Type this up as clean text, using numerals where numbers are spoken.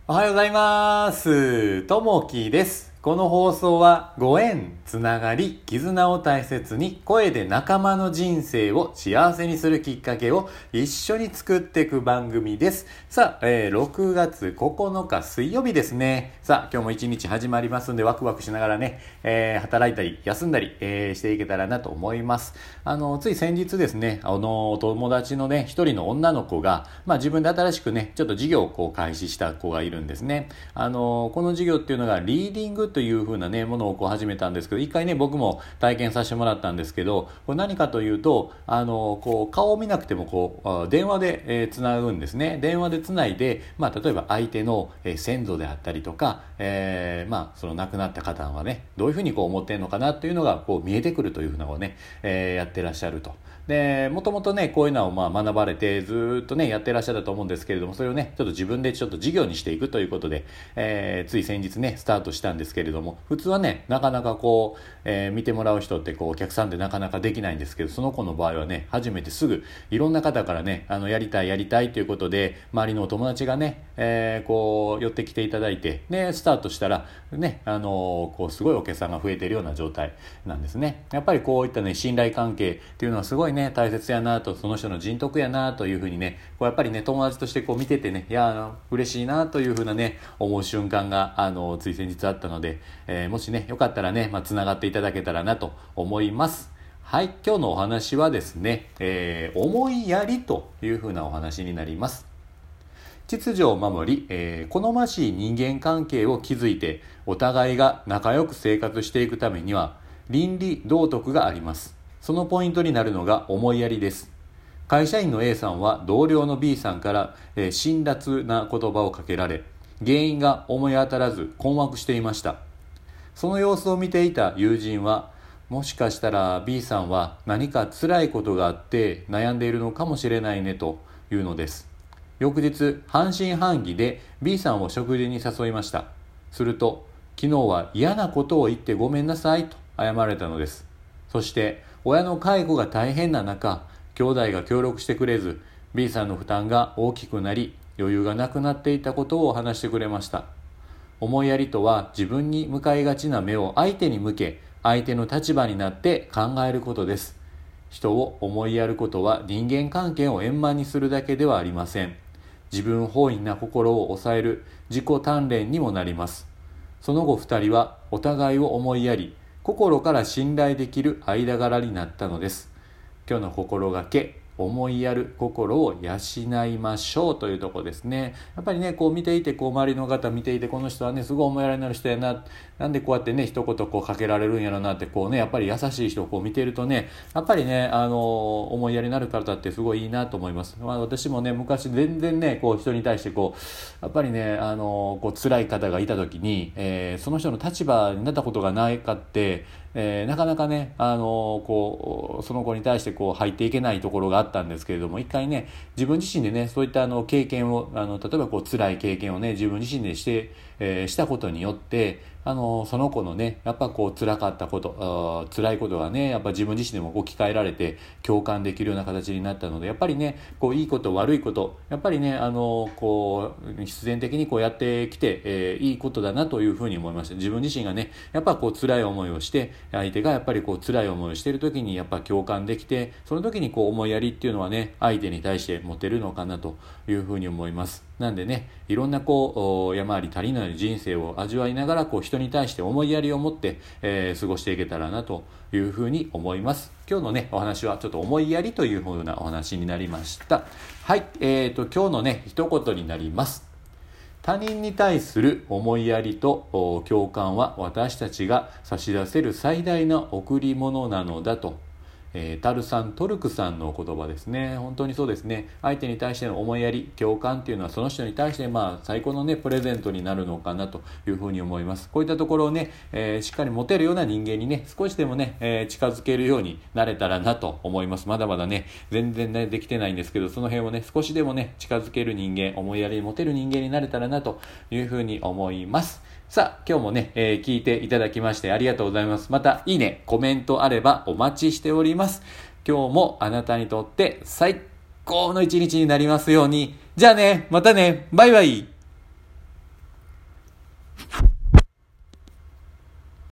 おはようございます。ともきです。この放送はご縁、つながり、絆を大切に声で仲間の人生を幸せにするきっかけを一緒に作っていく番組です。さあ、6月9日水曜日ですね。さあ、今日も一日始まりますんでワクワクしながらね、働いたり休んだり、していけたらなと思います。つい先日ですね、友達のね、一人の女の子が、自分で新しくね、ちょっと事業を開始した子がいるんですね。この事業っていうのがリーディングという風なねものを始めたんですけど、一回ね僕も体験させてもらったんですけど、これ何かというと顔を見なくても電話でつなぐんですね。電話でつないで、例えば相手の先祖であったりとか、その亡くなった方はねどういう風に思ってんのかなというのが見えてくるという風なのをね、やってらっしゃると。でもともとねこういうのを学ばれてずっとねやってらっしゃったと思うんですけれども、それをねちょっと自分でちょっと事業にしていくということで、つい先日ねスタートしたんですけれども、普通はねなかなか見てもらう人ってお客さんでなかなかできないんですけど、その子の場合はね初めてすぐいろんな方からねやりたいということで周りのお友達がね、寄ってきていただいて、でスタートしたらねすごいお客さんが増えているような状態なんですね。やっぱりこういったね信頼関係っていうのはすごいね大切やなと、その人の人徳やなというふうにねやっぱりね友達として見ててね、いや嬉しいなというふうなね思う瞬間がつい先日あったので、もしねよかったらねつながっていただけたらなと思います。はい、今日のお話はですね、思いやりというふうなお話になります。秩序を守り、好ましい人間関係を築いてお互いが仲良く生活していくためには倫理道徳があります。そのポイントになるのが思いやりです。会社員の A さんは同僚の B さんから、辛辣な言葉をかけられ、原因が思い当たらず困惑していました。その様子を見ていた友人は、もしかしたら B さんは何か辛いことがあって悩んでいるのかもしれないねというのです。翌日、半信半疑で B さんを食事に誘いました。すると、昨日は嫌なことを言ってごめんなさいと謝られたのです。そして、親の介護が大変な中、兄弟が協力してくれず、B さんの負担が大きくなり、余裕がなくなっていたことを話してくれました。思いやりとは自分に向かいがちな目を相手に向け、相手の立場になって考えることです。人を思いやることは人間関係を円満にするだけではありません。自分本位な心を抑える自己鍛錬にもなります。その後二人はお互いを思いやり、心から信頼できる間柄になったのです。今日の心がけ、思いやる心を養いましょうというところですね。やっぱりね見ていて周りの方見ていて、この人はねすごい思いやりになる人やな、なんでこうやってね一言かけられるんやろなってやっぱり優しい人を見ているとね、やっぱりね思いやりになる方ってすごいいいなと思います。私もね昔全然ね人に対してやっぱりね辛い方がいた時に、その人の立場になったことがないかって、なかなかねその子に対して入っていけないところがあったんですけれども、一回ね自分自身でねそういった経験を例えば辛い経験をね自分自身でしたことによって、その子のねやっぱ辛かったこと辛いことがねやっぱ自分自身でも置き換えられて共感できるような形になったので、やっぱりねいいこと悪いことやっぱりね必然的にやってきて、いいことだなというふうに思いました。自分自身がねやっぱ辛い思いをして、相手がやっぱり辛い思いをしている時にやっぱ共感できて、その時に思いやりっていうのはね相手に対して持てるのかなというふうに思います。なんでねいろんな山あり谷のある人生を味わいながら人に対して思いやりを持って、過ごしていけたらなというふうに思います。今日のねお話はちょっと思いやりというふうなお話になりました。はい、今日のね一言になります。他人に対する思いやりと共感は私たちが差し出せる最大の贈り物なのだと、タルさんトルクさんのお言葉ですね。本当にそうですね。相手に対しての思いやり共感っていうのはその人に対して最高のねプレゼントになるのかなというふうに思います。こういったところをね、しっかり持てるような人間にね少しでもね、近づけるようになれたらなと思います。まだまだね全然ねできてないんですけど、その辺をね少しでもね近づける人間、思いやり持てる人間になれたらなというふうに思います。さあ今日もね、聞いていただきましてありがとうございます。またいいねコメントあればお待ちしております。今日もあなたにとって最高の一日になりますように。じゃあね、またね、バイバイ。